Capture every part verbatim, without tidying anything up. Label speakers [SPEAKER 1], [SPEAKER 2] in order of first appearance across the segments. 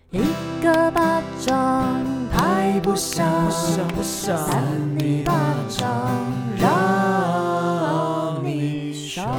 [SPEAKER 1] 一个巴掌拍不响，扇你巴掌让你爽。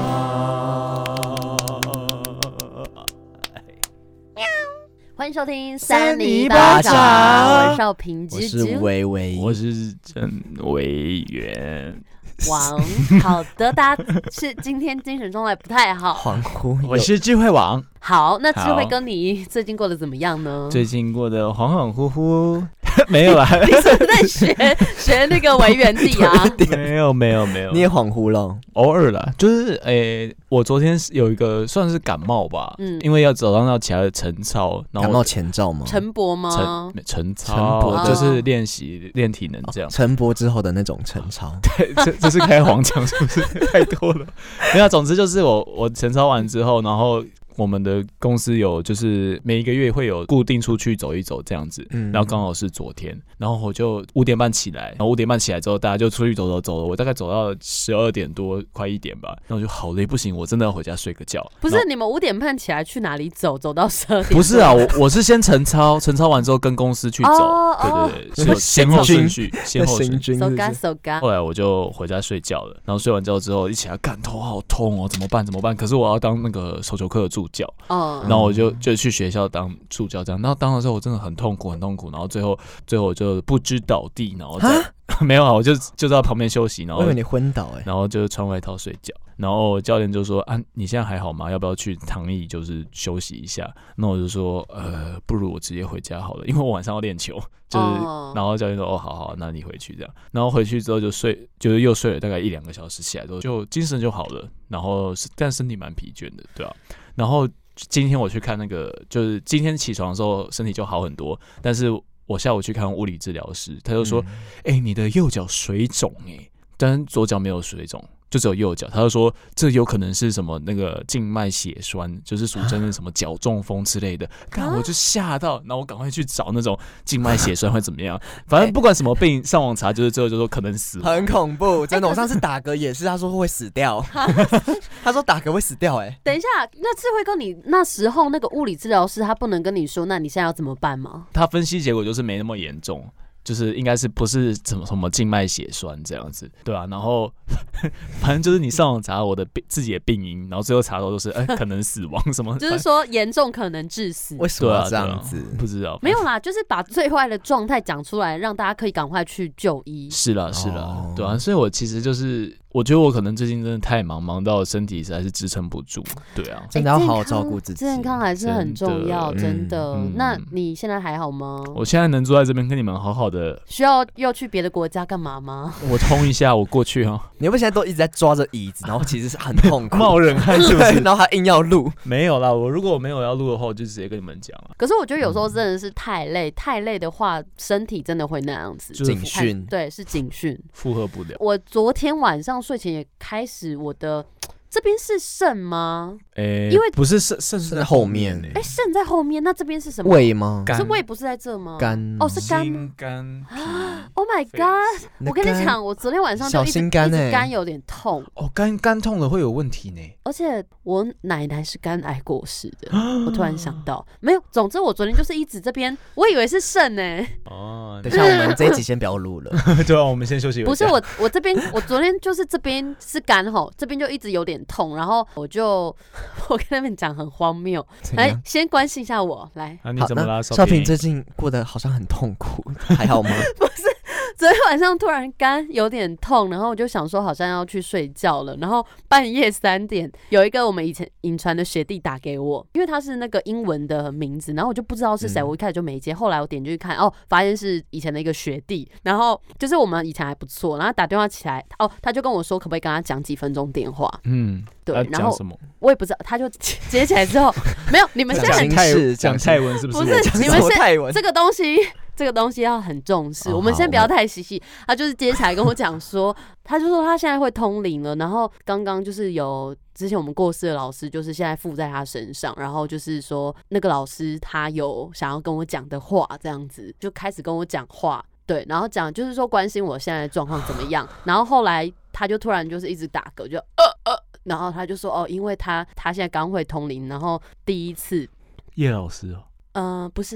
[SPEAKER 1] 欢迎收听三尼巴掌，我是少平之之，
[SPEAKER 2] 我是维维，
[SPEAKER 3] 我是郑维元。
[SPEAKER 1] 王，好的，大家是今天精神状态不太好，
[SPEAKER 2] 恍惚。
[SPEAKER 3] 我是智慧王。
[SPEAKER 1] 好，那智慧跟你最近过得怎么样呢？
[SPEAKER 3] 最近过得恍恍惚惚，没有啦。
[SPEAKER 1] 你是不是在学学那个维元弟啊？
[SPEAKER 3] 没有没有没有，
[SPEAKER 2] 你也恍惚了，
[SPEAKER 3] 偶尔啦，就是诶、欸，我昨天有一个算是感冒吧，嗯，因为要早上要起来晨操，然后
[SPEAKER 2] 感冒前兆吗？
[SPEAKER 1] 晨勃吗？
[SPEAKER 3] 晨晨操就是练习练体能这样。
[SPEAKER 2] 晨勃之后的那种晨操，
[SPEAKER 3] 对，这这是开黄腔是不是？太多了。没有，总之就是我我晨操完之后，然后。我们的公司有就是每一个月会有固定出去走一走这样子，嗯、然后刚好是昨天，然后我就五点半起来，然后五点半起来之后，大家就出去走走走了，我大概走到十二点多，快一点吧，然后我就好累，不行，我真的要回家睡个觉。
[SPEAKER 1] 不是你们五点半起来去哪里走？走到十二点？
[SPEAKER 3] 不是啊，我我是先晨操，晨操完之后跟公司去走，哦、对对对，是有先后顺序，先后顺序。
[SPEAKER 1] 手干手干。
[SPEAKER 3] 后来我就回家睡觉了，然后睡完觉之后一起来，干头好痛哦，怎么办？怎么办？可是我要当那个手球课的助教。哦。然后我就就去学校当助教这样，然后当的时候我真的很痛苦很痛苦，然后最后最后我就不知倒地，然后再没有啊，我就就在旁边休息，然后
[SPEAKER 2] 我以为你昏倒哎、欸，
[SPEAKER 3] 然后就穿外套睡觉，然后教练就说啊你现在还好吗？要不要去躺椅就是休息一下？那我就说呃不如我直接回家好了，因为我晚上要练球，就是、oh. 然后教练说哦好好，那你回去这样，然后回去之后就睡，就是又睡了大概一两个小时，起来之后就精神就好了，然后但身体蛮疲倦的，对啊，然后。今天我去看那个，就是今天起床的时候身体就好很多，但是我下午去看物理治疗师，他就说：“哎、嗯欸，你的右脚水肿哎，但是左脚没有水肿，就只有右脚。”他就说这有可能是什么那个静脉血栓，就是俗称的什么脚中风之类的。看、啊、我就吓到，然后我赶快去找那种静脉血栓会怎么样。反正不管什么病，上网查就是最后就说可能死亡，
[SPEAKER 2] 很恐怖，真的。我上次打嗝也是，他说会死掉。他说打嗝会死掉、欸，哎，
[SPEAKER 1] 等一下，那智慧哥，你那时候那个物理治疗师他不能跟你说，那你现在要怎么办吗？
[SPEAKER 3] 他分析结果就是没那么严重，就是应该是不是什么什么静脉血栓这样子，对啊，然后反正就是你上网查我的自己的病因，然后最后查到都是哎、欸、可能死亡什么，
[SPEAKER 1] 就是说严重可能致死。
[SPEAKER 2] 为什么要这样子、啊啊？
[SPEAKER 3] 不知道，
[SPEAKER 1] 没有啦，就是把最坏的状态讲出来，让大家可以赶快去就医。
[SPEAKER 3] 是啦是啦、哦，对啊，所以我其实就是。我觉得我可能最近真的太忙，忙到身体实在是支撑不住。对啊，
[SPEAKER 2] 真的要好好照顾自己，
[SPEAKER 1] 健康还是很重要，真的。嗯、那你现在还好吗？
[SPEAKER 3] 我现在能坐在这边跟你们好好的。
[SPEAKER 1] 需要又去别的国家干嘛吗？
[SPEAKER 3] 我通一下，我过去哈。
[SPEAKER 2] 你会不会现在都一直在抓着椅子，然后其实是很痛苦，
[SPEAKER 3] 冒冷汗是不是？
[SPEAKER 2] 然后还硬要录？
[SPEAKER 3] 没有啦，我如果我没有要录的话，我就直接跟你们讲了。
[SPEAKER 1] 可是我觉得有时候真的是太累，嗯、太累的话，身体真的会那样子。
[SPEAKER 2] 警讯，
[SPEAKER 1] 对，是警讯，
[SPEAKER 3] 负荷不了。
[SPEAKER 1] 我昨天晚上睡前也开。开始我的这边是肾吗？
[SPEAKER 3] 欸、因为不是肾，肾是在后面呢、欸。
[SPEAKER 1] 哎、欸，肾在后面，那这边是什么？
[SPEAKER 2] 胃吗？
[SPEAKER 1] 可是胃不是在这吗？
[SPEAKER 2] 肝
[SPEAKER 1] 哦，是肝。
[SPEAKER 3] 肝。
[SPEAKER 1] Oh my god！ 我跟你讲，我昨天晚上就一直一直肝有点痛。
[SPEAKER 3] 哦，肝肝痛了会有问题呢。
[SPEAKER 1] 而且我奶奶是肝癌过世的，我突然想到，没有。总之我昨天就是一直这边，我以为是肾呢、欸。
[SPEAKER 3] 哦，
[SPEAKER 2] 等一下我们这一集先不要录了。
[SPEAKER 3] 对啊，我们先休息一下。
[SPEAKER 1] 不是我，我这边我昨天就是这边是肝吼，这边就一直有点痛，然后我就我跟他们讲很荒谬，来先关心一下我来。
[SPEAKER 3] 啊，你怎么啦？
[SPEAKER 2] 少平最近过得好像很痛苦，还好吗？
[SPEAKER 1] 不是。昨天晚上突然肝有点痛，然后我就想说好像要去睡觉了，然后半夜三点有一个我们以前影传的学弟打给我，因为他是那个英文的名字，然后我就不知道是谁、嗯，我一开始就没接，后来我点进去看，哦，发现是以前的一个学弟，然后就是我们以前还不错，然后打电话起来，哦，他就跟我说可不可以跟他讲几分钟电话，嗯，对，啊、然后我也不知道，他就接起来之后，没有，你们现在很
[SPEAKER 3] 泰讲泰文是不是？
[SPEAKER 1] 不是，你们是这个东西。这个东西要很重视，哦、我们先不要太细细。他就是接起来跟我讲说，他就说他现在会通灵了，然后刚刚就是有之前我们过世的老师，就是现在附在他身上，然后就是说那个老师他有想要跟我讲的话，这样子就开始跟我讲话，对，然后讲就是说关心我现在的状况怎么样，然后后来他就突然就是一直打嗝，就呃呃，然后他就说哦，因为他他现在刚会通灵，然后第一次
[SPEAKER 3] 叶老师哦，
[SPEAKER 1] 呃不是。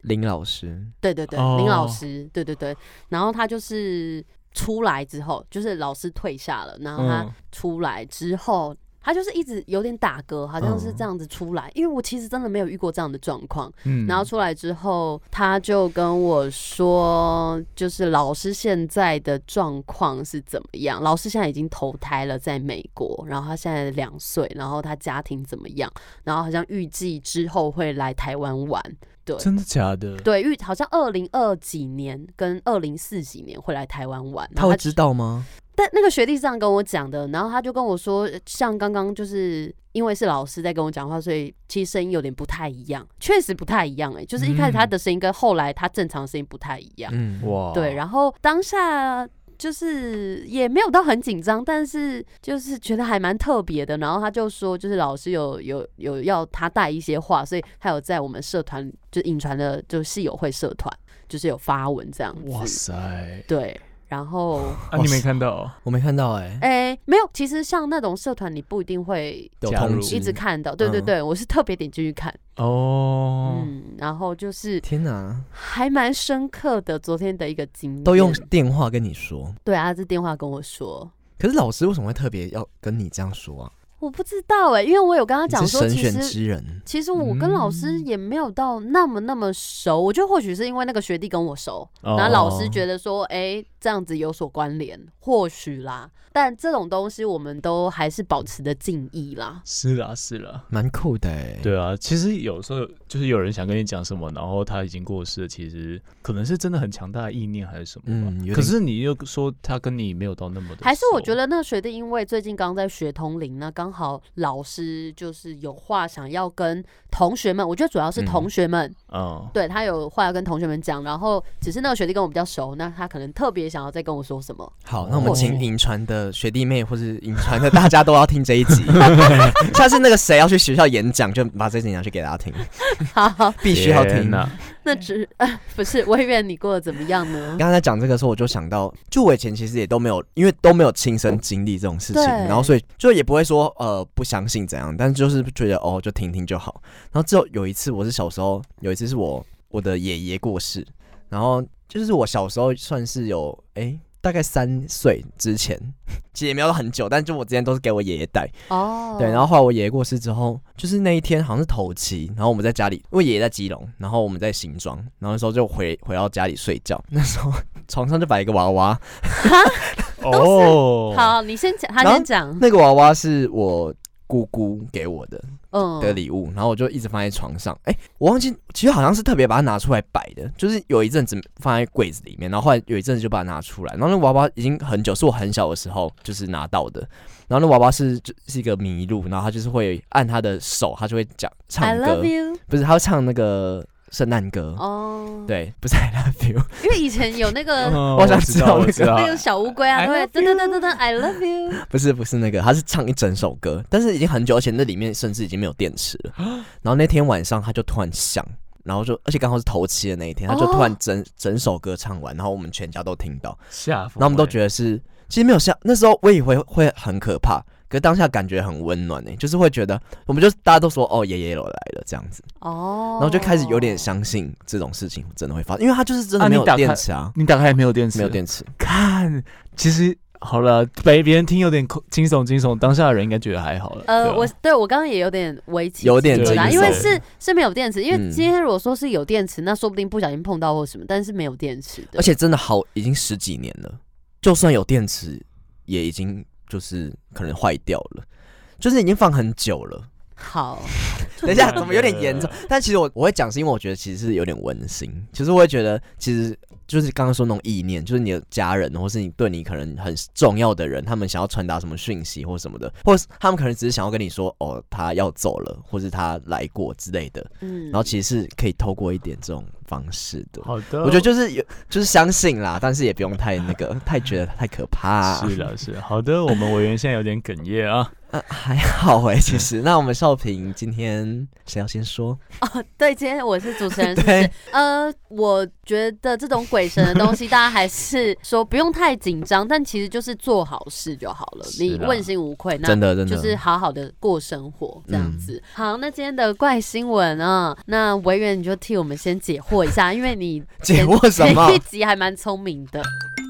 [SPEAKER 2] 林老师，
[SPEAKER 1] 对对对，
[SPEAKER 3] 哦
[SPEAKER 1] 林老师，对对对，然后他就是出来之后，就是老师退下了，然后他出来之后。他就是一直有点打嗝，好像是这样子出来，嗯、因为我其实真的没有遇过这样的状况。嗯，然后出来之后，他就跟我说，就是老师现在的状况是怎么样？老师现在已经投胎了，在美国，然后他现在两岁，然后他家庭怎么样？然后好像预计之后会来台湾玩。对，
[SPEAKER 3] 真的假的？
[SPEAKER 1] 对，预好像二零二几年跟二零四几年会来台湾玩。
[SPEAKER 2] 他会知道吗？
[SPEAKER 1] 但那个学弟是这样跟我讲的，然后他就跟我说，像刚刚就是因为是老师在跟我讲话，所以其实声音有点不太一样，确实不太一样哎、欸，就是一开始他的声音跟后来他正常的声音不太一样。嗯，哇，对，然后当下。就是也没有到很紧张，但是就是觉得还蛮特别的。然后他就说，就是老师有有有要他带一些话，所以他有在我们社团，就影传的，就是系友会社团，就是有发文这样子。
[SPEAKER 3] 哇塞，
[SPEAKER 1] 对。然后
[SPEAKER 3] 啊，你没看到？
[SPEAKER 2] 我没看到哎、
[SPEAKER 1] 欸。哎、欸，没有。其实像那种社团，你不一定会
[SPEAKER 2] 有通知，
[SPEAKER 1] 一直看到。对对对，嗯、我是特别点进去看。哦，嗯，然后就是
[SPEAKER 2] 天哪，
[SPEAKER 1] 还蛮深刻的。昨天的一个经验，
[SPEAKER 2] 都用电话跟你说。
[SPEAKER 1] 对啊，这电话跟我说。
[SPEAKER 2] 可是老师为什么会特别要跟你这样说啊？
[SPEAKER 1] 我不知道哎、欸，因为我有跟他讲说，
[SPEAKER 2] 其实神选之人，
[SPEAKER 1] 其实我跟老师也没有到那么那么熟。嗯、我觉得或许是因为那个学弟跟我熟，哦、然后老师觉得说，哎、欸，这样子有所关联，或许啦。但这种东西我们都还是保持着敬意啦。
[SPEAKER 3] 是啦，是啦，
[SPEAKER 2] 蛮酷的哎。
[SPEAKER 3] 对啊，其实有时候就是有人想跟你讲什么，然后他已经过世了，其实可能是真的很强大的意念还是什么吧。嗯、可是你又说他跟你没有到那么的熟，
[SPEAKER 1] 还是我觉得那学弟因为最近刚在学通灵，那刚好老师就是有话想要跟同学们，我觉得主要是同学们，嗯，对他有话要跟同学们讲，然后只是那个学弟跟我比较熟，那他可能特别想要再跟我说什么。
[SPEAKER 2] 好，那我们请影传的学弟妹或是影传的大家都要听这一集，下次那个谁要去学校演讲，就把这集拿去给大家听，好，必须要听啊。
[SPEAKER 1] 那只、呃、不是，我以为你过得怎么样呢？
[SPEAKER 2] 刚刚在讲这个时候，我就想到，就我以前其实也都没有，因为都没有亲身经历这种事情，然后所以就也不会说呃不相信怎样，但是就是觉得哦就听听就好。然后之后有一次，我是小时候有一次是我我的爷爷过世，然后就是我小时候算是有哎。欸大概三岁之前，其实也没有很久，但就我之前都是给我爷爷带。哦，对，然后后来我爷爷过世之后，就是那一天好像是头七，然后我们在家里，因为爷爷在基隆，然后我们在新庄，然后那时候就回回到家里睡觉，那时候床上就摆一个娃娃。
[SPEAKER 1] 哦，好，你先讲，他先讲。
[SPEAKER 2] 那个娃娃是我姑姑给我的。嗯、的礼物，然后我就一直放在床上。哎、欸，我忘记，其实好像是特别把它拿出来摆的，就是有一阵子放在柜子里面，然后后来有一阵子就把它拿出来。然后那娃娃已经很久，是我很小的时候就是拿到的。然后那娃娃是就是一个麋鹿，然后他就是会按他的手，他就会讲唱歌，
[SPEAKER 1] I love you
[SPEAKER 2] 不是，他会唱那个圣诞歌哦， oh. 对，不是 I love you，
[SPEAKER 1] 因为以前有那个，
[SPEAKER 2] 我想知道那个
[SPEAKER 1] 那个小乌龟啊，对，噔噔噔噔噔 I love you，
[SPEAKER 2] 不是不是那个，他是唱一整首歌，但是已经很久，而且那里面甚至已经没有电池了。然后那天晚上他就突然响，然后就而且刚好是头七的那一天，他就突然整、oh. 整首歌唱完，然后我们全家都听到，
[SPEAKER 3] 吓疯，
[SPEAKER 2] 然后我们都觉得是，其实没有吓，那时候我以为会很可怕。可是当下感觉很温暖欸，就是会觉得，我们就大家都说哦，爷爷有来了这样子，哦，然后就开始有点相信这种事情真的会发生，因为它就是真的没有电池啊，
[SPEAKER 3] 你打开也没有电池，
[SPEAKER 2] 没有电池。
[SPEAKER 3] 看，其实好了，被别人听有点惊悚惊悚，当下的人应该觉得还好了。
[SPEAKER 1] 呃，对我对我刚刚也有点危机，
[SPEAKER 2] 有点惊悚，
[SPEAKER 1] 因为是是没有电池，因为今天如果说是有电池，那说不定不小心碰到或什么，但是没有电池的，
[SPEAKER 2] 而且真的好已经十几年了，就算有电池，也已经就是可能坏掉了。就是已经放很久了。
[SPEAKER 1] 好，
[SPEAKER 2] 等一下，怎么有点严重？但其实我我会讲，是因为我觉得其实是有点温馨。其实我会觉得，其实就是刚刚说那种意念，就是你的家人，或是你对你可能很重要的人，他们想要传达什么讯息或什么的，或是他们可能只是想要跟你说，哦，他要走了，或是他来过之类的。嗯，然后其实是可以透过一点这种方式的。
[SPEAKER 3] 好的，
[SPEAKER 2] 我觉得就是有，就是相信啦，但是也不用太那个，太觉得太可怕。
[SPEAKER 3] 是了，是好的。我们委员现在有点哽咽啊。
[SPEAKER 2] 呃，还好哎、欸，其实。那我们少平今天谁要先说？
[SPEAKER 1] 哦，对，今天我是主持人，是不是？呃，我觉得这种鬼神的东西，大家还是说不用太紧张，但其实就是做好事就好了。你问心无愧，那
[SPEAKER 2] 真的真的
[SPEAKER 1] 就是好好的过生活这样子。嗯、好，那今天的怪新闻啊，那维园你就替我们先解惑一下，因为你
[SPEAKER 2] 解惑什么？
[SPEAKER 1] 这一集还蛮聪明的。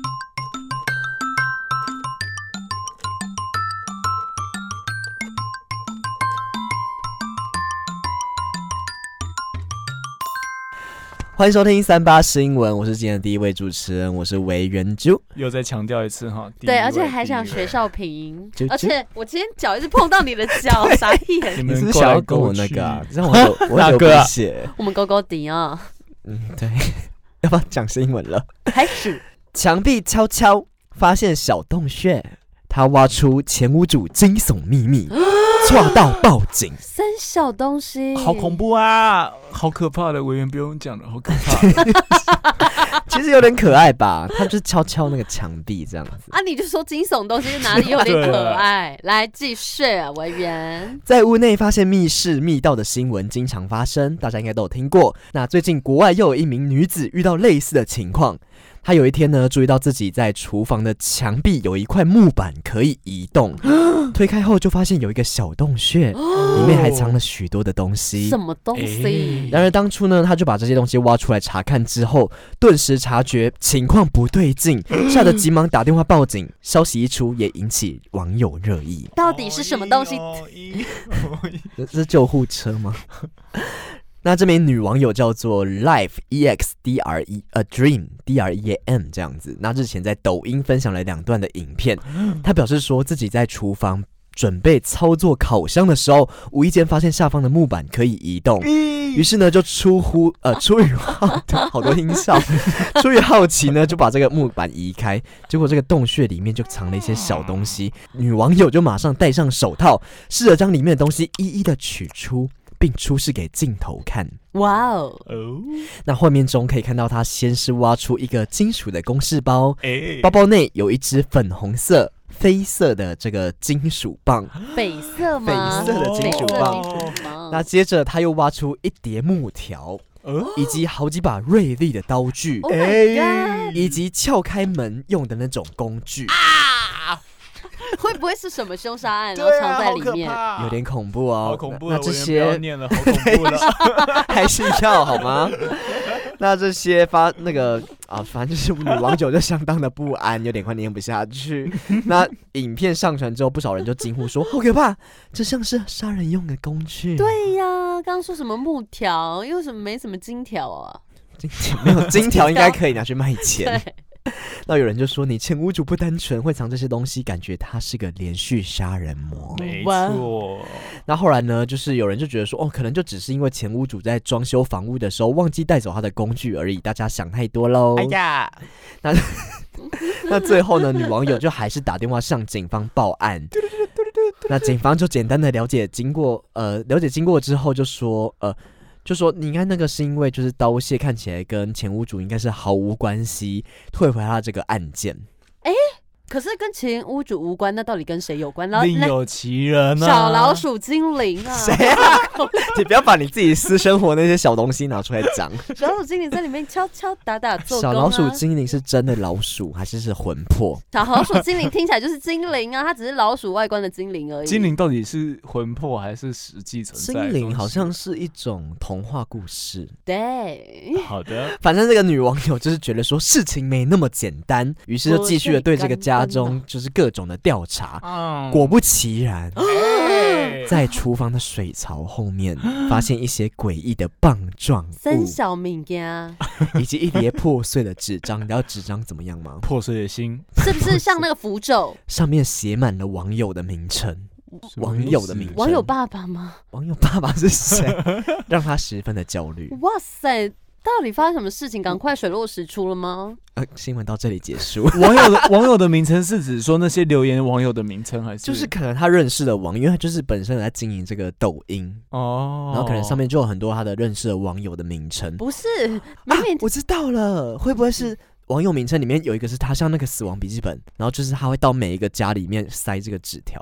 [SPEAKER 2] 欢迎收听三八新闻，我是今天的第一位主持人，我是维园啾。
[SPEAKER 3] 又再强调一次哈，
[SPEAKER 1] 对，而且还想学少平，而且我今天脚一直碰到你的脚，傻眼。
[SPEAKER 2] 你是不是想要跟我那个啊？让我有我有鼻血。
[SPEAKER 1] 我们勾勾底啊。
[SPEAKER 2] 嗯，对，要不要讲新闻了？
[SPEAKER 1] 开始。
[SPEAKER 2] 墙壁悄悄发现小洞穴，他挖出前屋主惊悚秘密。抓到报警，
[SPEAKER 1] 三小东西，
[SPEAKER 3] 好恐怖啊！好可怕的，委员不用讲了，好可怕。
[SPEAKER 2] 其实有点可爱吧，他就是敲敲那个墙壁这样子
[SPEAKER 1] 啊，你就说惊悚东西哪里有点可爱？来继续啊，委员。
[SPEAKER 2] 在屋内发现密室密道的新闻经常发生，大家应该都有听过。那最近国外又有一名女子遇到类似的情况。他有一天呢，注意到自己在厨房的墙壁有一块木板可以移动，推开后就发现有一个小洞穴，里面还藏了许多的东西。
[SPEAKER 1] 什么东西？
[SPEAKER 2] 然而当初呢，他就把这些东西挖出来查看之后，顿时察觉情况不对劲，吓得急忙打电话报警。消息一出，也引起网友热议。
[SPEAKER 1] 到底是什么东西？
[SPEAKER 2] 这是救护车吗？那这名女网友叫做 Life E X D R E A Dream D R E A M 这样子。那日前在抖音分享了两段的影片，她表示说自己在厨房准备操作烤箱的时候，无意间发现下方的木板可以移动，于是呢就出乎呃出于好好多音效，出于好奇呢就把这个木板移开，结果这个洞穴里面就藏了一些小东西。女网友就马上戴上手套，试着将里面的东西一一的取出。并出示给镜头看。
[SPEAKER 1] 哇哦！
[SPEAKER 2] 那画面中可以看到，他先是挖出一个金属的公事包，
[SPEAKER 3] 欸、
[SPEAKER 2] 包包内有一支粉红色、绯色的这个金属棒，
[SPEAKER 1] 绯色吗？
[SPEAKER 2] 绯色的金属棒。
[SPEAKER 1] 哦、
[SPEAKER 2] 那接着他又挖出一叠木条。哦、以及好几把锐利的刀具，
[SPEAKER 1] oh my God
[SPEAKER 2] 以及撬开门用的那种工具。
[SPEAKER 1] 啊会不会是什么凶杀案，然后藏在里面？
[SPEAKER 2] 有点恐怖哦。
[SPEAKER 3] 好恐怖了！
[SPEAKER 2] 那这些
[SPEAKER 3] 不要念了，好恐怖了，
[SPEAKER 2] 还是要好吗？那这些发那个啊，反正就是女网友就相当的不安，有点快念不下去。那影片上传之后，不少人就惊呼说：“好可怕，这像是杀人用的工具。”
[SPEAKER 1] 对呀、啊，刚刚说什么木条，又什么没什么金条啊？
[SPEAKER 2] 金条没有金条，应该可以拿去卖钱。
[SPEAKER 1] 对。
[SPEAKER 2] 那有人就说你前屋主不单纯，会藏这些东西，感觉他是个连续杀人魔。
[SPEAKER 3] 没错。
[SPEAKER 2] 那后来呢，就是有人就觉得说，哦，可能就只是因为前屋主在装修房屋的时候忘记带走他的工具而已，大家想太多喽。
[SPEAKER 3] 哎呀，
[SPEAKER 2] 那那最后呢，女网友就还是打电话向警方报案。那警方就简单的了解经过，呃，了解经过之后就说，呃。就说你应该那个是因为就是刀械看起来跟前屋主应该是毫无关系，退回他这个案件。
[SPEAKER 1] 哎、欸，可是跟前屋主无关，那到底跟谁有关？
[SPEAKER 3] 另有其人啊！
[SPEAKER 1] 小老鼠精灵啊！
[SPEAKER 2] 谁啊？你不要把你自己私生活那些小东西拿出来讲。
[SPEAKER 1] 小老鼠精灵在里面敲敲打打做工、啊。
[SPEAKER 2] 小老鼠精灵是真的老鼠还是是魂魄？
[SPEAKER 1] 小老鼠精灵听起来就是精灵啊，它只是老鼠外观的精灵而已。
[SPEAKER 3] 精灵到底是魂魄还是实际存在的？
[SPEAKER 2] 精灵好像是一种童话故事。
[SPEAKER 1] 对，
[SPEAKER 3] 好的。
[SPEAKER 2] 反正这个女网友就是觉得说事情没那么简单，于是就继续的对这个家中就是各种的调查。
[SPEAKER 3] 嗯、
[SPEAKER 2] 果不其然。
[SPEAKER 3] 欸、
[SPEAKER 2] 在厨房的水槽后面发现一些诡异的棒状物，
[SPEAKER 1] 三小物件，
[SPEAKER 2] 以及一叠破碎的纸张。你知道纸张怎么样吗？
[SPEAKER 3] 破碎的心，
[SPEAKER 1] 是不是像那个符咒？
[SPEAKER 2] 上面写满了网友的名称。网友的名称，
[SPEAKER 1] 网友爸爸吗？
[SPEAKER 2] 网友爸爸是谁？让他十分的焦虑。
[SPEAKER 1] 哇塞！到底发生什么事情？赶快水落石出了吗？
[SPEAKER 2] 呃，新闻到这里结束。
[SPEAKER 3] 网友的网友的名称是指说那些留言网友的名称，还是
[SPEAKER 2] 就是可能他认识的网友，因为他就是本身有在经营这个抖音
[SPEAKER 3] 哦，
[SPEAKER 2] 然后可能上面就有很多他的认识的网友的名称。
[SPEAKER 1] 不是，明明、
[SPEAKER 2] 啊、我知道了，会不会是网友名称里面有一个是他像那个死亡笔记本，然后就是他会到每一个家里面塞这个纸条。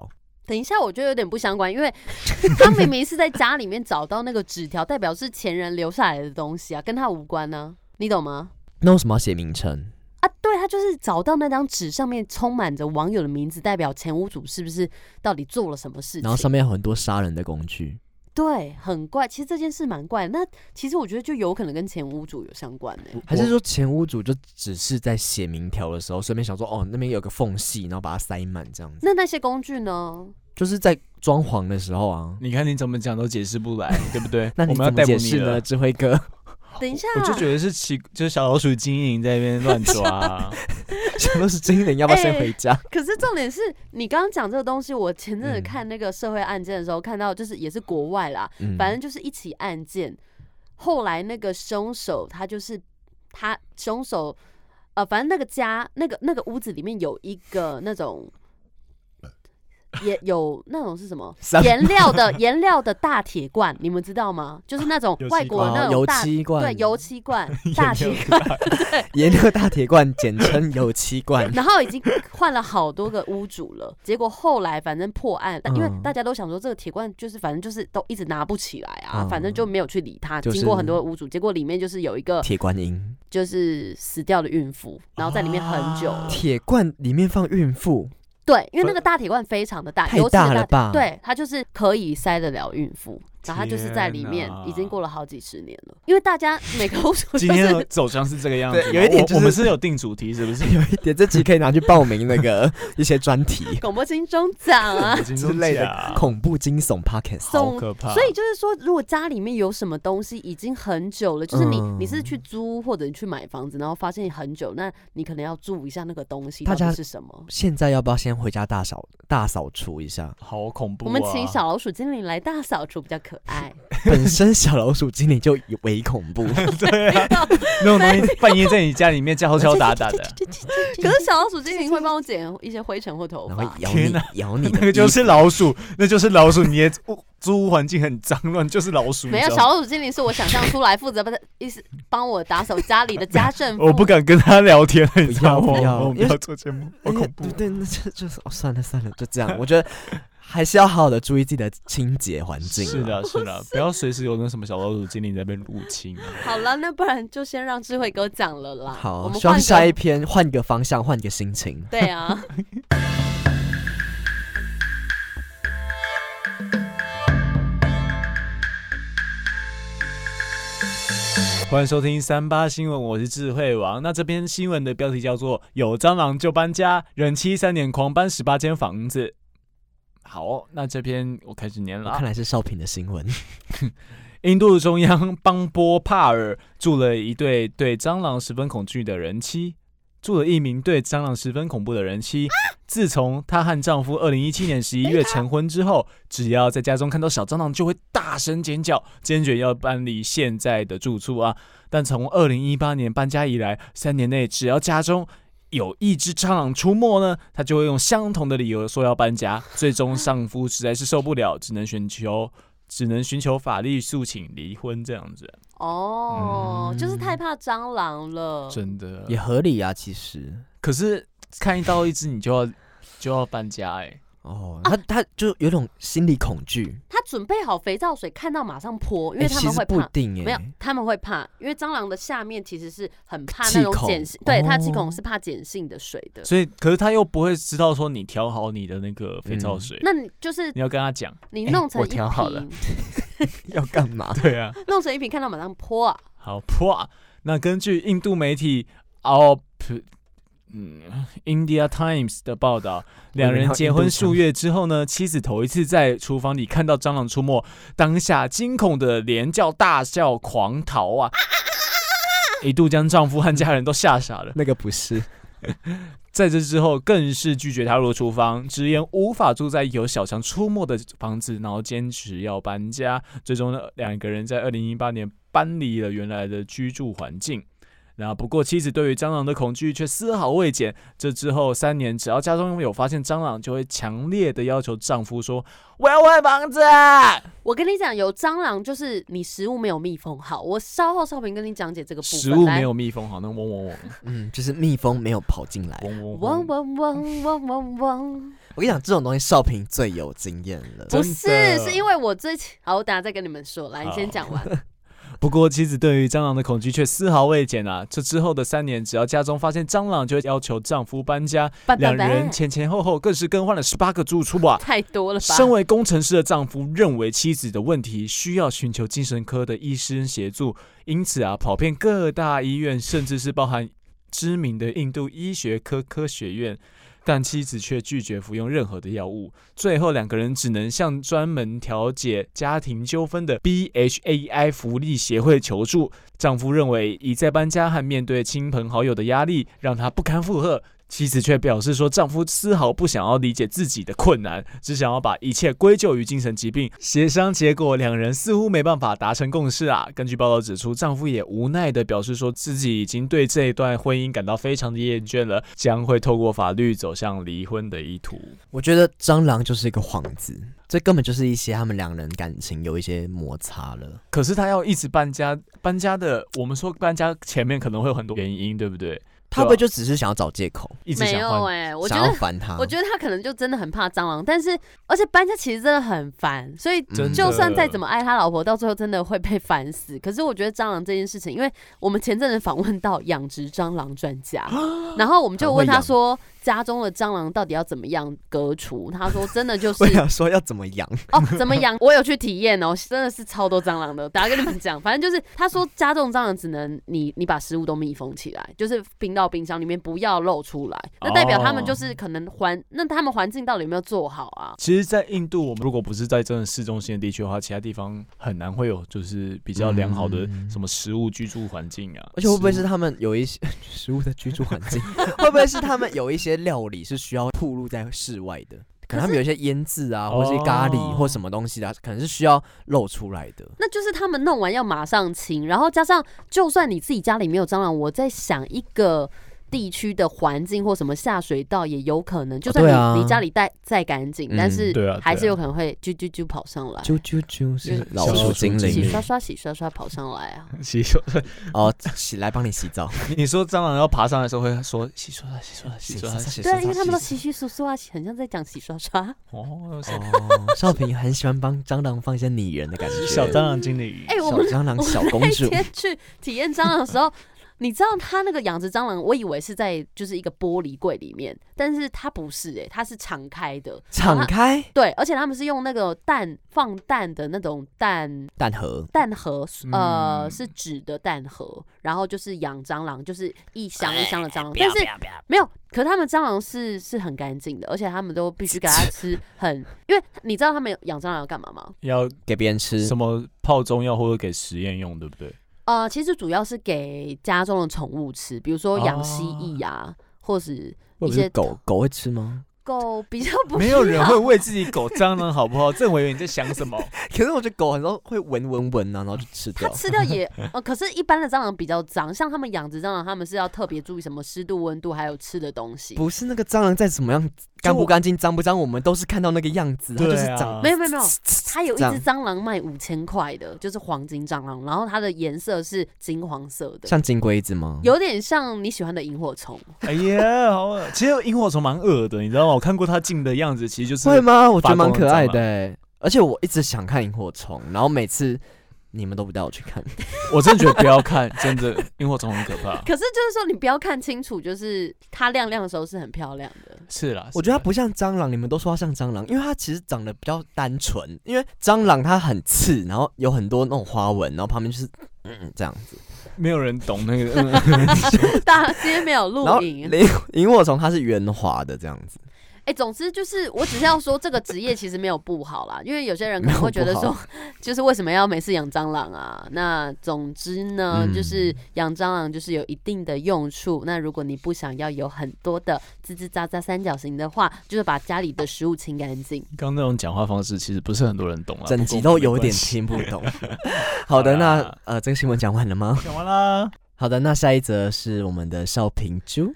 [SPEAKER 1] 等一下，我觉得有点不相关，因为他明明是在家里面找到那个纸条，代表是前人留下来的东西啊，跟他无关呢、啊，你懂吗？
[SPEAKER 2] 那为什么要写名称
[SPEAKER 1] 啊？对，他就是找到那张纸上面充满着网友的名字，代表前屋主是不是到底做了什么事情？
[SPEAKER 2] 然后上面有很多杀人的工具。
[SPEAKER 1] 对，很怪。其实这件事蛮怪的。那其实我觉得就有可能跟前屋主有相关呢、欸。
[SPEAKER 2] 还是说前屋主就只是在写名条的时候，顺便想说，哦，那边有个缝隙，然后把它塞满这样子。
[SPEAKER 1] 那那些工具呢？
[SPEAKER 2] 就是在装潢的时候啊。
[SPEAKER 3] 你看你怎么讲都解释不来，对不对？
[SPEAKER 2] 那你怎么解释呢，智慧哥？
[SPEAKER 1] 等一下，
[SPEAKER 3] 我就觉得是奇，就是小老鼠精灵在那边乱抓、啊。
[SPEAKER 2] 小老鼠精灵要不要先回家？
[SPEAKER 1] 欸、可是重点是你刚刚讲这个东西，我前阵子看那个社会案件的时候，嗯、看到就是也是国外啦，嗯、反正就是一起案件，后来那个凶手他就是他凶手，呃，反正那个家那个那个屋子里面有一个那种。也有那种是什么颜料的颜料的大铁罐，你们知道吗？就是那种外国的那种大、
[SPEAKER 2] 哦、油漆罐，
[SPEAKER 1] 对，油漆罐大铁罐，对，
[SPEAKER 2] 颜料大铁罐，简称油漆罐。
[SPEAKER 1] 然后已经换了好多个屋主了，结果后来反正破案，因为大家都想说这个铁罐就是反正就是都一直拿不起来啊，嗯、反正就没有去理它。就是、经过很多屋主，结果里面就是有一个
[SPEAKER 2] 铁观音，
[SPEAKER 1] 就是死掉的孕妇，然后在里面很久了。
[SPEAKER 2] 铁罐里面放孕妇。
[SPEAKER 1] 对，因为那个大铁罐非常的大，
[SPEAKER 2] 太大了吧？
[SPEAKER 1] 对，它就是可以塞得了孕妇，然后它就是在里面已经过了好几十年了。因为大家每个屋主、就是、
[SPEAKER 3] 今天的走向是这个样子，
[SPEAKER 2] 有一点、就是、
[SPEAKER 3] 我, 我们是有定主题，是不是？
[SPEAKER 2] 有一点，这集可以拿去报名那个一些专题，
[SPEAKER 1] 广播金钟奖啊
[SPEAKER 2] 之类的恐怖惊悚 podcast，
[SPEAKER 3] 好可怕。
[SPEAKER 1] 所以就是说，如果家里面有什么东西已经很久了，就是你、嗯、你是去租或者你去买房子，然后发现很久，那你可能要注意一下那个东西到底是什么。
[SPEAKER 2] 现在要不要先回家大扫大扫除一下？
[SPEAKER 3] 好恐怖、啊！
[SPEAKER 1] 我们请小老鼠精灵来大扫除比较可爱。
[SPEAKER 2] 本身小老鼠精灵就为恐怖，
[SPEAKER 3] 对啊，那种东西半夜在你家里面敲敲打打的。
[SPEAKER 1] 可是小老鼠精灵会帮我捡一些灰尘或头发，
[SPEAKER 2] 咬你咬你的，
[SPEAKER 3] 那个就是老鼠，那就是老鼠。你的租屋环境很脏乱，就是老鼠。
[SPEAKER 1] 没有，小老鼠精灵是我想象出来，负责帮我打扫家里的家政妇。
[SPEAKER 3] 我不敢跟他聊天，你知道吗？
[SPEAKER 2] 不要，
[SPEAKER 3] 我们不要做节目，好恐怖。
[SPEAKER 2] 对，那就就是哦，算了算了，就这样。我觉得。还是要好好的注意自己的清洁环境。
[SPEAKER 3] 是的，是的，不要随时有那什么小老鼠精灵在被入侵、啊。
[SPEAKER 1] 好了，那不然就先让智慧哥讲了啦。
[SPEAKER 2] 好，
[SPEAKER 1] 我们
[SPEAKER 2] 希望下一篇换个方向，换个心情。
[SPEAKER 1] 对啊。
[SPEAKER 3] 欢迎收听三八新闻，我是智慧王。那这篇新闻的标题叫做“有蟑螂就搬家，人妻三年狂搬十八间房子”。好，那这篇我开始念了。
[SPEAKER 2] 看来是少平的新闻。
[SPEAKER 3] 印度中央邦波帕尔住了一对对蟑螂十分恐惧的人妻，住了一名对蟑螂十分恐怖的人妻。自从她和丈夫二零一七年十一月成婚之后，只要在家中看到小蟑螂，就会大声尖叫，坚决要搬离现在的住处啊。但从二零一八年搬家以来，三年内只要家中有一只蟑螂出没呢，他就会用相同的理由说要搬家。最终丈夫实在是受不了，只能寻求只能寻求法律诉请离婚这样子。
[SPEAKER 1] 哦、嗯，就是太怕蟑螂了，
[SPEAKER 3] 真的
[SPEAKER 2] 也合理啊，其实。
[SPEAKER 3] 可是看到一只你就要就要搬家哎、欸。
[SPEAKER 2] 哦，他他就有种心理恐惧。
[SPEAKER 1] 他准备好肥皂水，看到马上泼，因为他们会怕。欸、
[SPEAKER 2] 不一定欸、
[SPEAKER 1] 没有，他们会怕，因为蟑螂的下面其实是很怕那种碱性，对，它气孔是怕碱性的水的。
[SPEAKER 3] 所以，可是他又不会知道说你调好你的那个肥皂水，
[SPEAKER 1] 嗯、那你就是
[SPEAKER 3] 你要跟他讲，
[SPEAKER 1] 你弄成一瓶、
[SPEAKER 2] 欸、我调好了，要干嘛？
[SPEAKER 3] 对啊，
[SPEAKER 1] 弄成一瓶看到马上泼啊。
[SPEAKER 3] 好泼啊！那根据印度媒体 Our嗯 India Times 的报道，两人结婚数月之后呢，妻子头一次在厨房里看到蟑螂出没，当下惊恐的连叫大叫狂逃啊，一度将丈夫和家人都吓傻了。
[SPEAKER 2] 那个不是。
[SPEAKER 3] 在这之后，更是拒绝踏入厨房，直言无法住在有小强出没的房子，然后坚持要搬家。最终呢，两个人在二零一八年搬离了原来的居住环境。那不过，妻子对于蟑螂的恐惧却丝毫未减。这之后三年，只要家中有发现蟑螂，就会强烈的要求丈夫说：“我要换房子。”
[SPEAKER 1] 我跟你讲，有蟑螂就是你食物没有密封好。我稍后少平跟你讲解这个部分。
[SPEAKER 3] 食物没有密封好，那嗡嗡嗡，
[SPEAKER 2] 嗯，就是蜜蜂没有跑进来。
[SPEAKER 1] 嗡嗡嗡嗡嗡嗡嗡。
[SPEAKER 2] 我跟你讲，这种东西少平最有经验了。
[SPEAKER 1] 不是，是因为我最近好，我等下再跟你们说。来，你先讲完。
[SPEAKER 3] 不过，妻子对于蟑螂的恐惧却丝毫未减啊！这之后的三年，只要家中发现蟑螂，就会要求丈夫搬家。两人前前后后更是更换了十八个住处啊！
[SPEAKER 1] 太多了吧？
[SPEAKER 3] 身为工程师的丈夫认为妻子的问题需要寻求精神科的医师协助，因此啊，跑遍各大医院，甚至是包含知名的印度医学科科学院。但妻子却拒绝服用任何的药物，最后两个人只能向专门调解家庭纠纷的 B H A I 福利协会求助。丈夫认为一再搬家和面对亲朋好友的压力让他不堪负荷，妻子却表示说，丈夫丝毫不想要理解自己的困难，只想要把一切归咎于精神疾病。协商结果，两人似乎没办法达成共识啊。根据报道指出，丈夫也无奈地表示说，自己已经对这一段婚姻感到非常的厌倦了，将会透过法律走向离婚的意图。
[SPEAKER 2] 我觉得蟑螂就是一个幌子，这根本就是一些他们两人感情有一些摩擦了。
[SPEAKER 3] 可是他要一直搬家，搬家的，我们说搬家前面可能会有很多原因，对不对？
[SPEAKER 2] 他会不会就只是想要找借口？
[SPEAKER 3] 一直想
[SPEAKER 1] 没有哎、欸，我觉得
[SPEAKER 2] 想要烦他。
[SPEAKER 1] 我觉得他可能就真的很怕蟑螂，但是而且搬家其实真的很烦，所以就算再怎么爱他老婆，到最后真的会被烦死。可是我觉得蟑螂这件事情，因为我们前阵子访问到养殖蟑螂专家，然后我们就问他说，家中的蟑螂到底要怎么样革除？他说真的就是，
[SPEAKER 2] 我想说要怎么养
[SPEAKER 1] 哦，怎么养？我有去体验哦，真的是超多蟑螂的。等下跟你们讲，反正就是他说家中蟑螂只能你你把食物都密封起来，就是冰到冰箱里面不要露出来，那代表他们就是可能环，那他们环境到底有没有做好啊？
[SPEAKER 3] 其实，在印度，我们如果不是在真的市中心的地区的话，其他地方很难会有就是比较良好的什么食物居住环境啊。
[SPEAKER 2] 而且会不会是他们有一些食物的居住环境？会不会是他们有一些料理是需要暴露在室外的？可能他们有一些腌制啊，或是咖喱或什么东西啊，可能是需要露出来的。
[SPEAKER 1] 那就是他们弄完要马上清，然后加上，就算你自己家里没有蟑螂，我在想一个地区的环境或什么下水道也有可能，就算 你,、啊、你家里带再干净、嗯，但是还是有可能会啾啾啾跑上来。
[SPEAKER 2] 啾啾啾是老鼠精灵，
[SPEAKER 1] 洗刷刷洗刷刷跑上来啊！
[SPEAKER 3] 洗刷刷
[SPEAKER 2] 哦，洗来帮你洗澡。
[SPEAKER 3] 你说蟑螂要爬上来的时候会说洗刷刷洗刷刷洗刷刷，
[SPEAKER 1] 对，因为他们都洗洗簌簌啊，很像在讲洗刷刷。
[SPEAKER 2] 哦，少平很喜欢帮蟑螂放一些拟人的感觉，
[SPEAKER 3] 小蟑螂经理，
[SPEAKER 1] 哎、欸，我们
[SPEAKER 2] 小蟑螂小公主。
[SPEAKER 1] 那天去体验蟑螂的时候。你知道他那个养殖蟑螂，我以为是在就是一个玻璃柜里面，但是它不是哎、欸，它是敞开的。
[SPEAKER 2] 敞开？
[SPEAKER 1] 对，而且他们是用那个蛋放蛋的那种蛋
[SPEAKER 2] 蛋盒，
[SPEAKER 1] 蛋盒呃、嗯、是纸的蛋盒，然后就是养蟑螂，就是一箱一箱的蟑螂，但是没有。可是他们蟑螂是是很干净的，而且他们都必须给它吃很，因为你知道他们养蟑螂要干嘛吗？
[SPEAKER 3] 要
[SPEAKER 2] 给别人吃
[SPEAKER 3] 什么泡中药或者给实验用，对不对？
[SPEAKER 1] 呃，其实主要是给家中的宠物吃，比如说养蜥蜴啊，哦、或是一些
[SPEAKER 2] 狗狗会吃吗？
[SPEAKER 1] 狗比较不，
[SPEAKER 3] 没有人会喂自己狗蟑螂，好不好？郑委员你在想什么？
[SPEAKER 2] 可是我觉得狗很多会闻闻闻啊，然后就吃掉。
[SPEAKER 1] 它吃掉也，呃，可是一般的蟑螂比较脏，像他们养殖蟑螂，他们是要特别注意什么湿度、温度，还有吃的东西。
[SPEAKER 2] 不是那个蟑螂再怎么样干不干净、脏不脏，我们都是看到那个样子，它就是长。
[SPEAKER 1] 啊、没有没有没有，它有一只蟑螂卖五千块的，就是黄金蟑螂，然后它的颜色是金黄色的，
[SPEAKER 2] 像金龟子吗？
[SPEAKER 1] 有点像你喜欢的萤火虫。
[SPEAKER 3] 哎呀，好恶！其实萤火虫蛮恶的，你知道吗？我看过它进的样子，其实就是
[SPEAKER 2] 会吗？我觉得蛮可爱的、欸，而且我一直想看萤火虫，然后每次你们都不带我去看，
[SPEAKER 3] 我真的觉得不要看，真的萤火虫很可怕。
[SPEAKER 1] 可是就是说你不要看清楚，就是它亮亮的时候是很漂亮的。
[SPEAKER 3] 是啦，
[SPEAKER 2] 我觉得它不像蟑螂，你们都说它像蟑螂，因为它其实长得比较单纯。因为蟑螂它很刺，然后有很多那种花纹，然后旁边就是嗯这样子。
[SPEAKER 3] 没有人懂那个，
[SPEAKER 1] 大家今天没有录影。
[SPEAKER 2] 萤火虫它是圆滑的这样子。
[SPEAKER 1] 哎、欸，总之就是，我只是要说这个职业其实没有不好啦，因为有些人可能会觉得说，就是为什么要每次养蟑螂啊？那总之呢，嗯、就是养蟑螂就是有一定的用处。那如果你不想要有很多的吱吱喳喳三角形的话，就是把家里的食物清干净。
[SPEAKER 3] 刚那种讲话方式其实不是很多人懂啦，
[SPEAKER 2] 整集都有点听不懂。好的，那呃，这个新闻讲完了吗？
[SPEAKER 3] 讲完啦。
[SPEAKER 2] 好的，那下一则是我们的少平猪。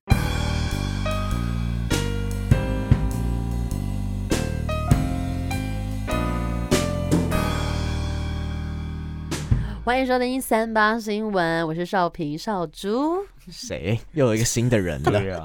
[SPEAKER 1] 欢迎收听三八新闻，我是少平少猪。
[SPEAKER 2] 谁？又有一个新的人了。
[SPEAKER 3] 对啊，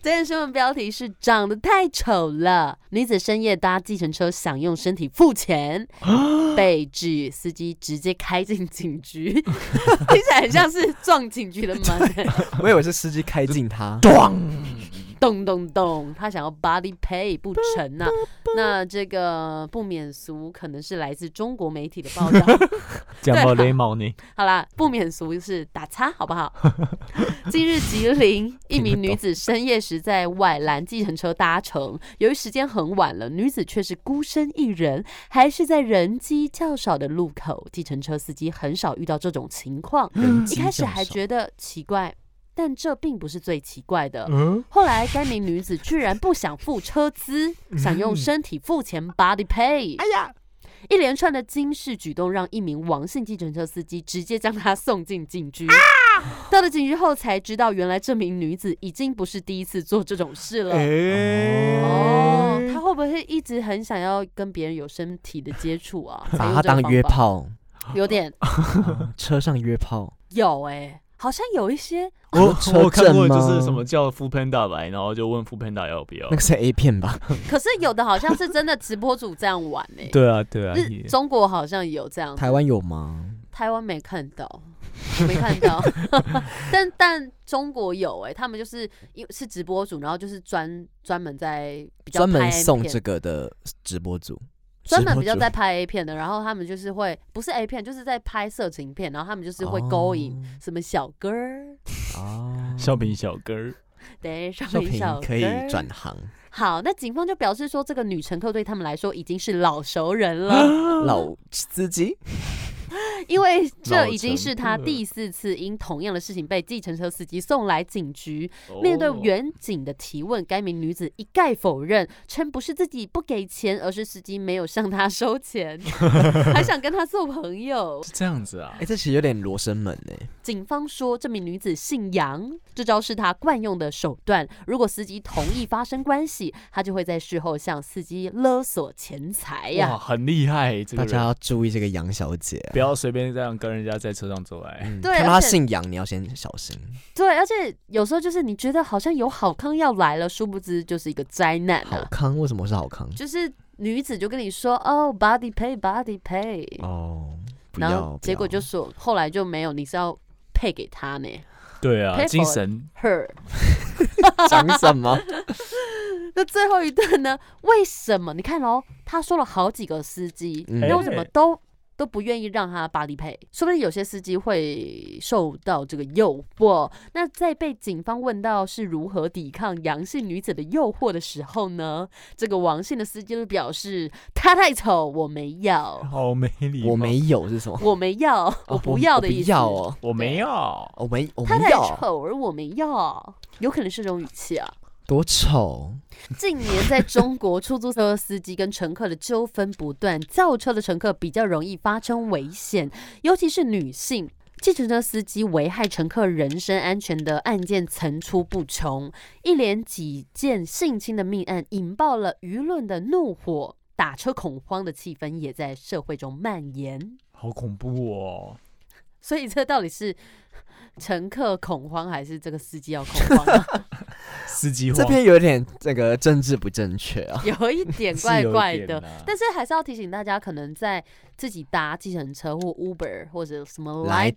[SPEAKER 1] 这件新闻标题是长得太丑了，女子深夜搭计程车想用身体付钱，被指司机直接开进警局，听起来很像是撞警局的门、欸。
[SPEAKER 2] 我以为是司机开进他，
[SPEAKER 1] 咚咚咚，他想要 body pay 不成啊。那这个不免俗，可能是来自中国媒体的报道。
[SPEAKER 3] 讲到雷毛呢？
[SPEAKER 1] 好啦，不免俗是打叉，好不好？近日吉林一名女子深夜时在外拦计程车搭乘，由于时间很晚了，女子却是孤身一人，还是在人机较少的路口。计程车司机很少遇到这种情况，一开始还觉得奇怪。但这并不是最奇怪的。嗯、后来，该名女子居然不想付车资，嗯、想用身体付钱 body pay。哎呀！一连串的惊世举动让一名王姓计程车司机直接将她送进警局。啊、到了警局后才知道，原来这名女子已经不是第一次做这种事了。欸、哦，她会不会一直很想要跟别人有身体的接触啊？
[SPEAKER 2] 把她当约炮？
[SPEAKER 1] 有点。
[SPEAKER 2] 车上约炮？
[SPEAKER 1] 有哎、欸。好像有一些，
[SPEAKER 3] 我我看过，就是什么叫 Foodpanda 来，然后就问 Foodpanda 要不要，
[SPEAKER 2] 那个是 A 片吧？
[SPEAKER 1] 可是有的好像是真的直播主这样玩呢、欸。
[SPEAKER 3] 对啊，对啊，
[SPEAKER 1] 中国好像有这样，
[SPEAKER 2] 台湾有吗？
[SPEAKER 1] 台湾没看到，没看到，但但中国有哎、欸，他们就是是直播主，然后就是专专门在比较
[SPEAKER 2] 专门送这个的直播主。
[SPEAKER 1] 专门比较在拍 A 片的，然后他们就是会不是 A 片，就是在拍色情片，然后他们就是会勾引什么小哥儿
[SPEAKER 3] 哦，小品小哥儿，
[SPEAKER 1] 对，小品小哥
[SPEAKER 2] 可以转行。
[SPEAKER 1] 好，那警方就表示说，这个女乘客对他们来说已经是老熟人了，
[SPEAKER 2] 老司机。
[SPEAKER 1] 因为这已经是他第四次因同样的事情被计程车司机送来警局。哦、面对远警的提问，该名女子一概否认，称不是自己不给钱，而是司机没有向她收钱，还想跟她做朋友。
[SPEAKER 3] 是这样子啊？
[SPEAKER 2] 哎、欸，这其实有点罗生门哎。
[SPEAKER 1] 警方说，这名女子姓杨，这招是她惯用的手段。如果司机同意发生关系，她就会在事后向司机勒索钱财呀、啊。
[SPEAKER 3] 哇，很厉害！这个、
[SPEAKER 2] 大家要注意这个杨小姐、啊，
[SPEAKER 3] 不要随便这样跟人家在车上走来。
[SPEAKER 2] 嗯、对，看到她姓杨，你要先小心。
[SPEAKER 1] 对，而且有时候就是你觉得好像有好康要来了，殊不知就是一个灾难、啊。
[SPEAKER 2] 好康？为什么是好康？
[SPEAKER 1] 就是女子就跟你说哦 ，body pay body pay
[SPEAKER 2] 哦，
[SPEAKER 1] 然后结果就说后来就没有，你是要配给他呢。
[SPEAKER 3] 对啊，精神
[SPEAKER 1] her
[SPEAKER 2] 讲什么？
[SPEAKER 1] 那最后一段呢？为什么？你看哦，他说了好几个司机，那、嗯、为什么都都不愿意让他body pay？说不定有些司机会受到这个诱惑。那在被警方问到是如何抵抗杨姓女子的诱惑的时候呢，这个王姓的司机就表示：“他太丑，我没要。”
[SPEAKER 3] 好没礼貌。
[SPEAKER 2] 我没有是什么？
[SPEAKER 1] 我没要，我不要的意思。
[SPEAKER 2] 我不要哦，
[SPEAKER 3] 我没要，
[SPEAKER 2] 我没，我没
[SPEAKER 1] 要。他太
[SPEAKER 2] 要，
[SPEAKER 1] 丑而我没要，有可能是这种语气啊。
[SPEAKER 2] 多丑！
[SPEAKER 1] 近年在中国，出租车司机跟乘客的纠纷不断，轿车的乘客比较容易发生危险，尤其是女性。计程车司机危害乘客人身安全的案件层出不穷，一连几件性侵的命案引爆了舆论的怒火，打车恐慌的气氛也在社会中蔓延。
[SPEAKER 3] 好恐怖哦！
[SPEAKER 1] 所以这到底是乘客恐慌还是这个司机要恐慌啊？
[SPEAKER 3] 司机慌，
[SPEAKER 2] 这篇有点这个政治不正确啊，
[SPEAKER 1] 有一点怪怪的。啊、但是还是要提醒大家，可能在自己搭计程车或 Uber 或者什么 Line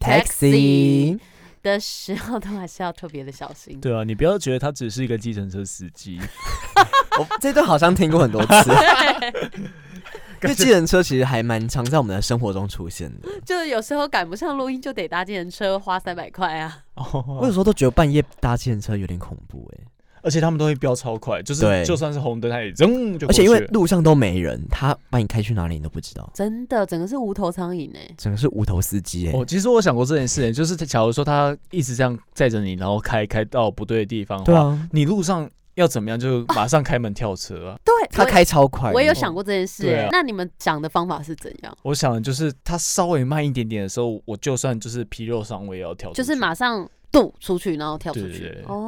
[SPEAKER 1] Taxi 的时候，都还是要特别的小心。
[SPEAKER 3] 对啊，你不要觉得他只是一个计程车司机。
[SPEAKER 2] 我这段好像听过很多次。因为计程车其实还蛮常在我们的生活中出现的，
[SPEAKER 1] 就是有时候赶不上录音就得搭计程车，花三百块啊。
[SPEAKER 2] 我有时候都觉得半夜搭计程车有点恐怖哎、欸，
[SPEAKER 3] 而且他们都会飙超快，就是就算是红灯，他也扔就过去了。
[SPEAKER 2] 而且因为路上都没人，他把你开去哪里你都不知道。
[SPEAKER 1] 真的，整个是无头苍蝇哎、欸，
[SPEAKER 2] 整个是无头司机哎、欸。
[SPEAKER 3] 哦，其实我想过这件事、欸，就是假如说他一直这样载着你，然后开开到不对的地方的话，
[SPEAKER 2] 对啊，
[SPEAKER 3] 你路上。要怎么样就马上开门跳车啊？
[SPEAKER 1] 对，
[SPEAKER 2] 他开超快。
[SPEAKER 1] 我也有想过这件事、欸
[SPEAKER 3] 啊，
[SPEAKER 1] 那你们想的方法是怎样？
[SPEAKER 3] 我想的就是他稍微慢一点点的时候，我就算就是皮肉伤，我也要跳出去，
[SPEAKER 1] 就是马上渡出去，然后跳出去。
[SPEAKER 3] 对对对
[SPEAKER 1] 哦，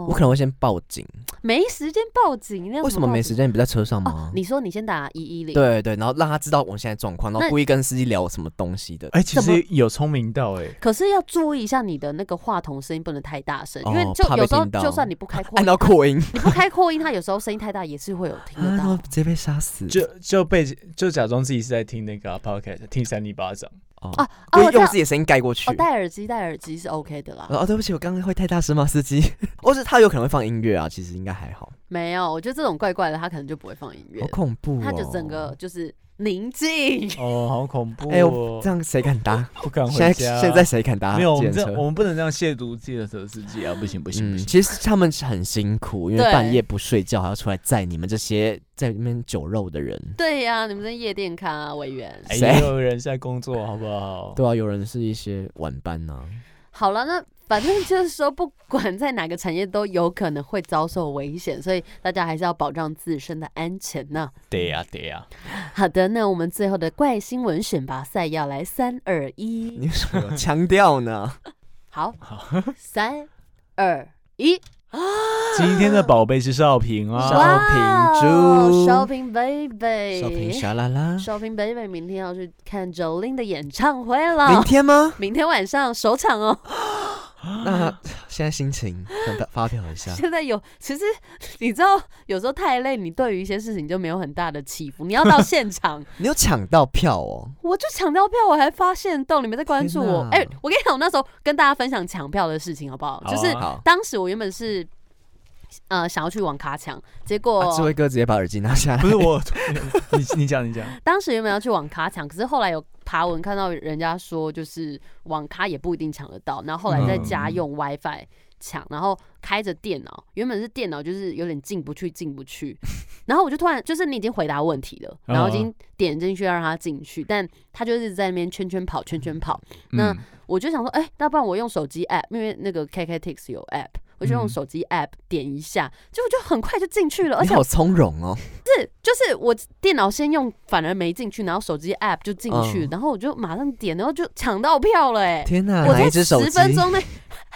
[SPEAKER 2] 我可能会先报警。
[SPEAKER 1] 没时间报警，那
[SPEAKER 2] 为什么没时间？你不在车上吗？
[SPEAKER 1] 哦、你说你先打一一零，
[SPEAKER 2] 对对，然后让他知道我现在状况，然后故意跟司机聊什么东西的。
[SPEAKER 3] 哎、欸，其实有聪明到哎、欸，
[SPEAKER 1] 可是要注意一下你的那个话筒声音不能太大声，
[SPEAKER 2] 哦、
[SPEAKER 1] 因为就有时候就算你不开扩音，
[SPEAKER 2] 按到扩音，
[SPEAKER 1] 你不开扩音，它有时候声音太大也是会有听得到，
[SPEAKER 2] 啊、直接被杀死。
[SPEAKER 3] 就就被就假装自己是在听那个、啊、podcast， 听三尼巴掌。
[SPEAKER 2] 哦
[SPEAKER 1] 啊，
[SPEAKER 2] 故意用自己的声音盖过去。
[SPEAKER 1] 哦，戴耳机，戴耳机是 OK 的啦。
[SPEAKER 2] 哦，对不起，我刚刚会太大声吗，司机？或是他有可能会放音乐啊，其实应该还好。
[SPEAKER 1] 没有，我觉得这种怪怪的，他可能就不会放音乐。
[SPEAKER 2] 好恐怖哦！
[SPEAKER 1] 他就整个就是宁静。
[SPEAKER 3] 哦，好恐怖、哦！
[SPEAKER 2] 哎、欸，这样谁敢搭？
[SPEAKER 3] 不敢回家。
[SPEAKER 2] 现在现在谁敢搭？
[SPEAKER 3] 没有，我们这我们不能这样亵渎自己的司机啊！不行不行不行、嗯！
[SPEAKER 2] 其实他们很辛苦，因为半夜不睡觉，还要出来载你们这些在那边酒肉的人。
[SPEAKER 1] 对呀、啊，你们在夜店咖啊，委员。
[SPEAKER 3] 哎，也有人在工作，好不好？
[SPEAKER 2] 对啊，有人是一些晚班呐、啊。
[SPEAKER 1] 好了，那反正就是说，不管在哪个产业都有可能会遭受危险，所以大家还是要保障自身的安全呢。
[SPEAKER 3] 对呀、啊，对呀、
[SPEAKER 1] 啊。好的，那我们最后的怪新闻选拔赛要来三二一。
[SPEAKER 2] 你什么有腔调呢？
[SPEAKER 1] 好，三二一。
[SPEAKER 3] 今天的宝贝是少平啊，
[SPEAKER 2] 少平猪，
[SPEAKER 1] 少平 baby，
[SPEAKER 2] 少平沙啦啦，
[SPEAKER 1] 少平 baby， 明天要去看 Jolin 的演唱会了。
[SPEAKER 2] 明天吗？
[SPEAKER 1] 明天晚上首场哦。
[SPEAKER 2] 那现在心情发表一下。
[SPEAKER 1] 现在有，其实你知道，有时候太累，你对于一些事情就没有很大的起伏。你要到现场，
[SPEAKER 2] 你有抢到票哦？
[SPEAKER 1] 我就抢到票，我还发现到你们在关注我。哎、欸，我跟你讲，我那时候跟大家分享抢票的事情，好不好？
[SPEAKER 2] 好啊、
[SPEAKER 1] 就是当时我原本是呃想要去网咖抢，结果、
[SPEAKER 2] 啊、智慧哥直接把耳机拿下来。
[SPEAKER 3] 不是我，你你讲你讲。
[SPEAKER 1] 当时原本要去网咖抢，可是后来有爬文看到人家说，就是网咖也不一定抢得到，然后后来在家用 WiFi 抢，然后开着电脑，原本是电脑就是有点进不去进不去，然后我就突然就是你已经回答问题了，然后已经点进去要让他进去，但他就是在那边圈圈跑圈圈跑，那我就想说，哎、欸，那不然我用手机 app， 因为那个 K K Tix 有 app。我就用手机 app 点一下，结果就很快就进去了，而且
[SPEAKER 2] 你好从容哦。
[SPEAKER 1] 是，就是我电脑先用，反而没进去，然后手机 app 就进去、嗯，然后我就马上点，然后就抢到票了，哎！
[SPEAKER 2] 天哪，
[SPEAKER 1] 我在
[SPEAKER 2] 十
[SPEAKER 1] 分钟内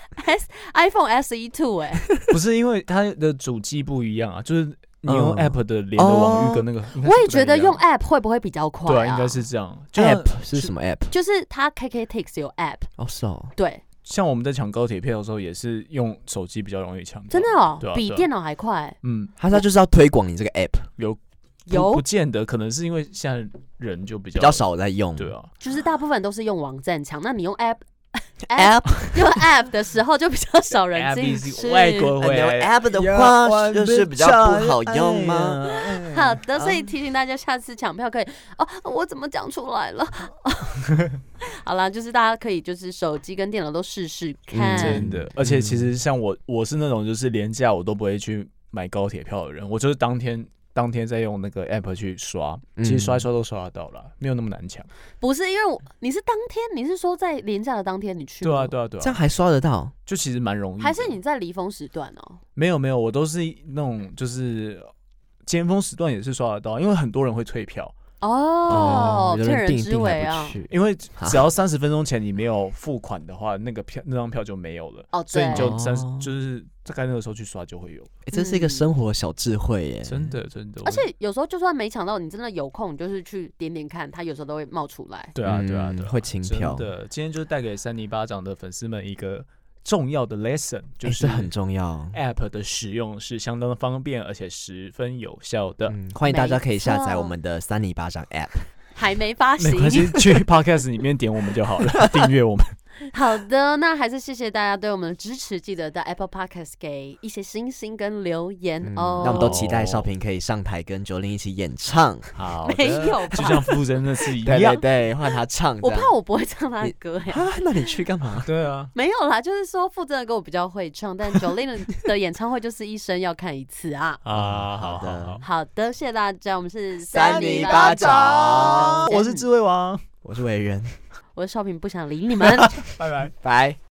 [SPEAKER 1] S iPhone S E 二，哎，
[SPEAKER 3] 不是因为它的主机不一样啊，就是你用 app 的连的网域跟那个、
[SPEAKER 1] 嗯，我也觉得用 app 会不会比较快、啊？
[SPEAKER 3] 对啊，应该是这样。
[SPEAKER 2] app 是什么 app？
[SPEAKER 1] 就是它 K K Tix 有 app，
[SPEAKER 2] 哦是哦，
[SPEAKER 1] 对。
[SPEAKER 3] 像我们在抢高铁票的时候，也是用手机比较容易抢到，
[SPEAKER 1] 真的哦，
[SPEAKER 3] 对啊、
[SPEAKER 1] 比电脑还快。
[SPEAKER 3] 嗯，
[SPEAKER 2] 他他就是要推广你这个 app，
[SPEAKER 3] 有
[SPEAKER 1] 有
[SPEAKER 3] 不, 不见得，可能是因为现在人就比较
[SPEAKER 2] 比较少在用，
[SPEAKER 3] 对啊，
[SPEAKER 1] 就是大部分都是用网站抢，那你用 app
[SPEAKER 2] app
[SPEAKER 1] 用 app 的时候就比较少人进去。
[SPEAKER 3] 外国回
[SPEAKER 2] 来 app 的话就是比较不好用吗？
[SPEAKER 1] 好的，所以提醒大家下次抢票可以哦。我怎么讲出来了？好啦，就是大家可以就是手机跟电脑都试试看、嗯，
[SPEAKER 3] 真的。而且其实像我，我是那种就是连假我都不会去买高铁票的人，我就是当天。当天再用那个 app 去刷，其实刷一刷都刷得到啦，没有那么难抢。
[SPEAKER 1] 不是因为我，你是当天，你是说在连假的当天你去？
[SPEAKER 3] 对啊，对啊，对啊，
[SPEAKER 2] 这样还刷得到，
[SPEAKER 3] 就其实蛮容易。
[SPEAKER 1] 还是你在离峰时段哦？
[SPEAKER 3] 没有没有，我都是那种就是尖峰时段也是刷得到，因为很多人会退票。
[SPEAKER 1] 哦，骗、嗯、人之危啊！
[SPEAKER 3] 因为只要三十分钟前你没有付款的话，那个票那张票就没有了。哦，所以你就三十就是大概那个时候去刷就会有。
[SPEAKER 2] 哎、欸，这是一个生活小智慧耶！
[SPEAKER 3] 真的真的。
[SPEAKER 1] 而且有时候就算没抢到，你真的有空，你就是去点点看，它有时候都会冒出来。
[SPEAKER 3] 对啊对啊对啊，
[SPEAKER 2] 会清票。
[SPEAKER 3] 真的，今天就带给三尼巴掌的粉丝们一个重要的 lesson， 就是
[SPEAKER 2] 很重要。
[SPEAKER 3] App 的使用是相当的方便，而且十分有效的。
[SPEAKER 2] 嗯、欢迎大家可以下载我们的三尼巴掌 App。
[SPEAKER 1] 还没发行，
[SPEAKER 3] 没关系，去 Podcast 里面点我们就好了，订阅我们。
[SPEAKER 1] 好的，那还是谢谢大家对我们的支持，记得在 Apple Podcast 给一些星星跟留言、嗯、哦。
[SPEAKER 2] 那我们都期待少平可以上台跟Jolin一起演唱。
[SPEAKER 3] 好，
[SPEAKER 1] 没有吧，
[SPEAKER 3] 就像傅征那次一
[SPEAKER 2] 样，对对对，换他唱。
[SPEAKER 1] 我怕我不会唱他的歌呀、
[SPEAKER 2] 啊。那你去干嘛？
[SPEAKER 3] 对啊，
[SPEAKER 1] 没有啦，就是说傅征的歌我比较会唱，但Jolin的演唱会就是一生要看一次啊。
[SPEAKER 3] 啊，好的，好,
[SPEAKER 1] 好的，谢谢大家，我们是
[SPEAKER 2] 三尼巴掌，
[SPEAKER 3] 我是智慧王，
[SPEAKER 2] 我是委员。
[SPEAKER 1] 我的少平不想理你们，
[SPEAKER 3] 拜拜
[SPEAKER 2] 拜。